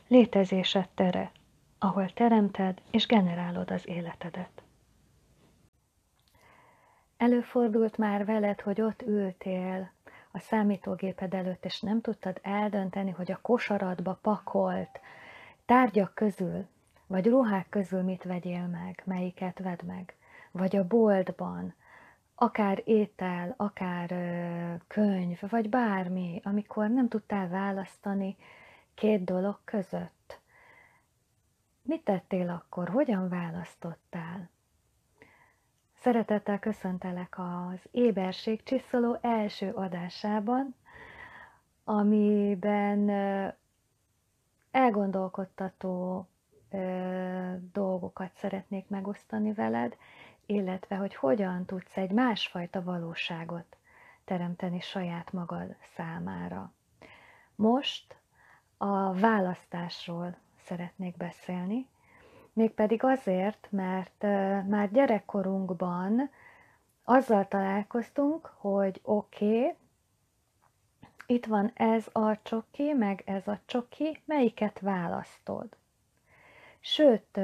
Létezésed tere, ahol teremted és generálod az életedet. Előfordult már veled, hogy ott ültél a számítógéped előtt, és nem tudtad eldönteni, hogy a kosaradba pakolt tárgyak közül, vagy ruhák közül mit vegyél meg, melyiket vedd meg, vagy a boltban, akár étel, akár könyv, vagy bármi, amikor nem tudtál választani két dolog között. Mit tettél akkor? Hogyan választottál? Szeretettel köszöntelek az Éberség Csiszoló első adásában, amiben elgondolkodtató dolgokat szeretnék megosztani veled, illetve hogy hogyan tudsz egy másfajta valóságot teremteni saját magad számára. Most a választásról szeretnék beszélni, mégpedig azért, mert már gyerekkorunkban azzal találkoztunk, hogy oké, itt van ez a csoki, meg ez a csoki, melyiket választod? Sőt,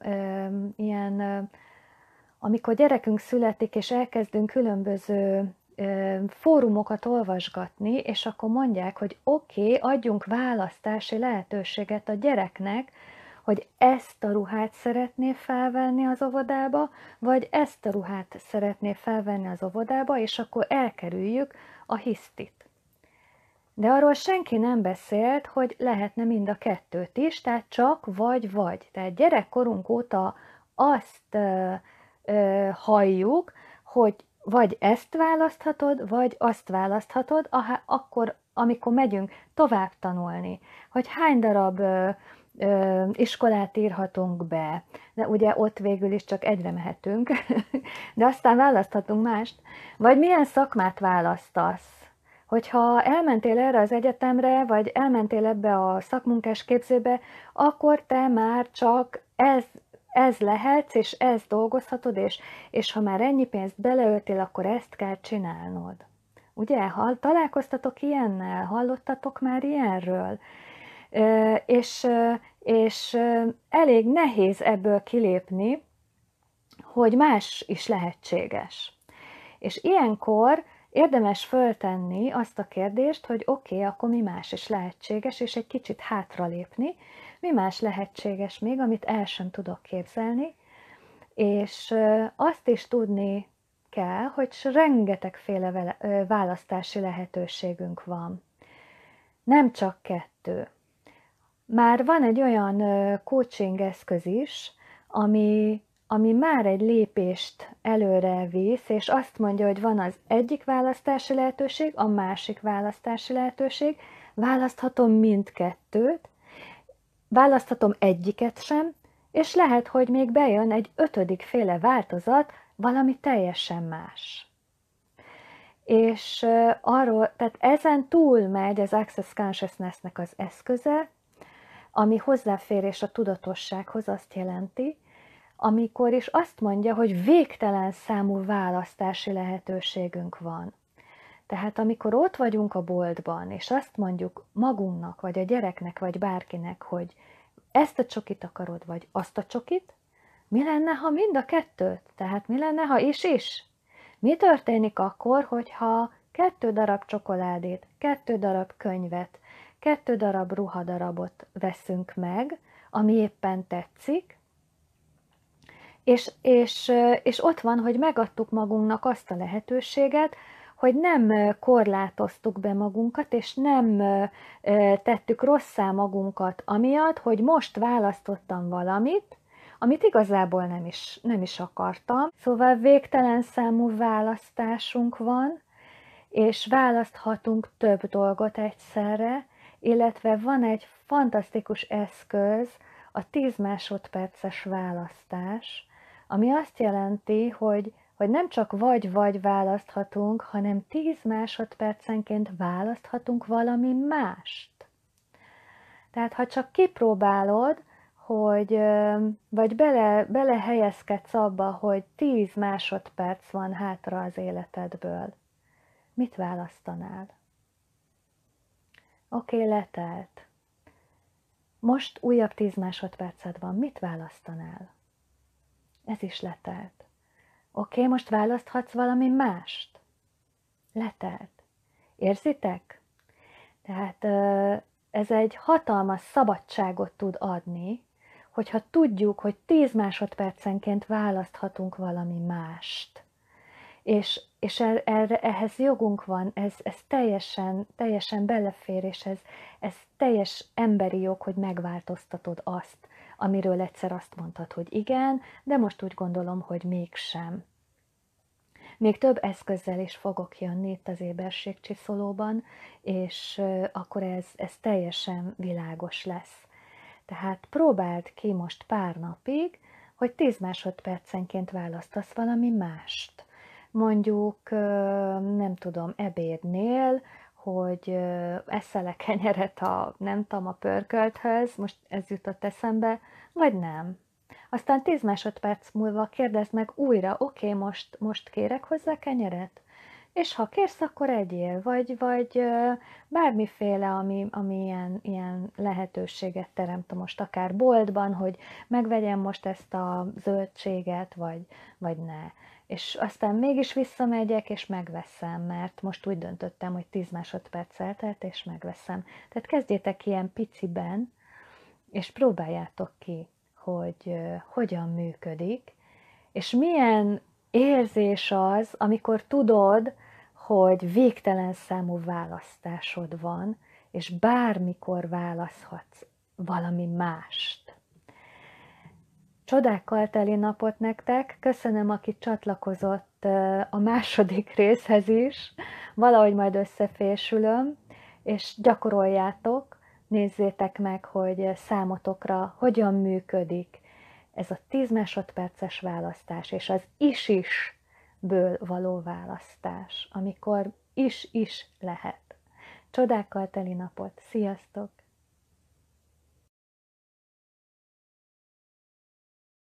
amikor gyerekünk születik, és elkezdünk különböző fórumokat olvasgatni, és akkor mondják, hogy oké, adjunk választási lehetőséget a gyereknek, hogy ezt a ruhát szeretné felvenni az óvodába, vagy ezt a ruhát szeretné felvenni az óvodába, és akkor elkerüljük a hisztit. De arról senki nem beszélt, hogy lehetne mind a kettőt is, tehát csak vagy-vagy. Tehát gyerekkorunk óta azt halljuk, hogy vagy ezt választhatod, vagy azt választhatod, akkor, amikor megyünk tovább tanulni, hogy hány darab iskolát írhatunk be, de ugye ott végül is csak egyre mehetünk, de aztán választhatunk mást, vagy milyen szakmát választasz. Hogyha elmentél erre az egyetemre, vagy elmentél ebbe a szakmunkás képzőbe, akkor te már csak ez lehetsz, és ezt dolgozhatod, és ha már ennyi pénzt beleöltél, akkor ezt kell csinálnod. Ugye, találkoztatok ilyennel? Hallottatok már ilyenről? És elég nehéz ebből kilépni, hogy más is lehetséges. És ilyenkor érdemes föltenni azt a kérdést, hogy oké, akkor mi más is lehetséges, és egy kicsit hátralépni, mi más lehetséges még, amit el sem tudok képzelni, és azt is tudni kell, hogy rengetegféle választási lehetőségünk van. Nem csak kettő. Már van egy olyan coaching eszköz is, ami már egy lépést előre visz, és azt mondja, hogy van az egyik választási lehetőség, a másik választási lehetőség, választhatom mindkettőt, választhatom egyiket sem, és lehet, hogy még bejön egy ötödik féle változat, valami teljesen más. És tehát ezen túl megy az Access Consciousness-nek az eszköze, ami hozzáférés a tudatossághoz azt jelenti, amikor is azt mondja, hogy végtelen számú választási lehetőségünk van. Tehát amikor ott vagyunk a boltban, és azt mondjuk magunknak, vagy a gyereknek, vagy bárkinek, hogy ezt a csokit akarod, vagy azt a csokit, mi lenne, ha mind a kettőt? Tehát mi lenne, ha is? Mi történik akkor, hogyha 2 darab csokoládét, 2 darab könyvet, 2 darab ruhadarabot veszünk meg, ami éppen tetszik, és ott van, hogy megadtuk magunknak azt a lehetőséget, hogy nem korlátoztuk be magunkat, és nem tettük rosszá magunkat amiatt, hogy most választottam valamit, amit igazából nem is akartam. Szóval végtelen számú választásunk van, és választhatunk több dolgot egyszerre, illetve van egy fantasztikus eszköz, a 10 másodperces választás, ami azt jelenti, hogy nem csak vagy választhatunk, hanem 10 másodpercenként választhatunk valami mást. Tehát ha csak kipróbálod, hogy, vagy belehelyezkedsz abba, hogy 10 másodperc van hátra az életedből, mit választanál? Oké, letelt. Most újabb 10 másodperced van, mit választanál? Ez is letelt. Oké, most választhatsz valami mást? Letelt. Érzitek? Tehát ez egy hatalmas szabadságot tud adni, hogyha tudjuk, hogy 10 másodpercenként választhatunk valami mást. És ehhez jogunk van, ez teljesen belefér, és ez teljes emberi jog, hogy megváltoztatod azt, amiről egyszer azt mondtad, hogy igen, de most úgy gondolom, hogy mégsem. Még több eszközzel is fogok jönni itt az éberségcsiszolóban, és akkor ez teljesen világos lesz. Tehát próbáld ki most pár napig, hogy 10 másodpercenként választasz valami mást. Mondjuk, nem tudom, ebédnél, hogy eszel-e kenyeret a pörkölthöz, most ez jutott eszembe, vagy nem. Aztán 10 másodperc múlva kérdezd meg újra, oké, most kérek hozzá kenyeret? És ha kérsz, akkor egyél, vagy bármiféle, ami ilyen lehetőséget teremt most akár boltban, hogy megvegyem most ezt a zöldséget, vagy ne. És aztán mégis visszamegyek, és megveszem, mert most úgy döntöttem, hogy 10 másodperc eltelt, és megveszem. Tehát kezdjétek ilyen piciben, és próbáljátok ki, hogy hogyan működik, és milyen érzés az, amikor tudod, hogy végtelen számú választásod van, és bármikor választhatsz valami mást. Csodákkal teli napot nektek, köszönöm, aki csatlakozott a második részhez is, valahogy majd összefésülöm, és gyakoroljátok, nézzétek meg, hogy számotokra hogyan működik ez a 10 másodperces választás, és az is-ből való választás, amikor is lehet. Csodákkal teli napot, sziasztok!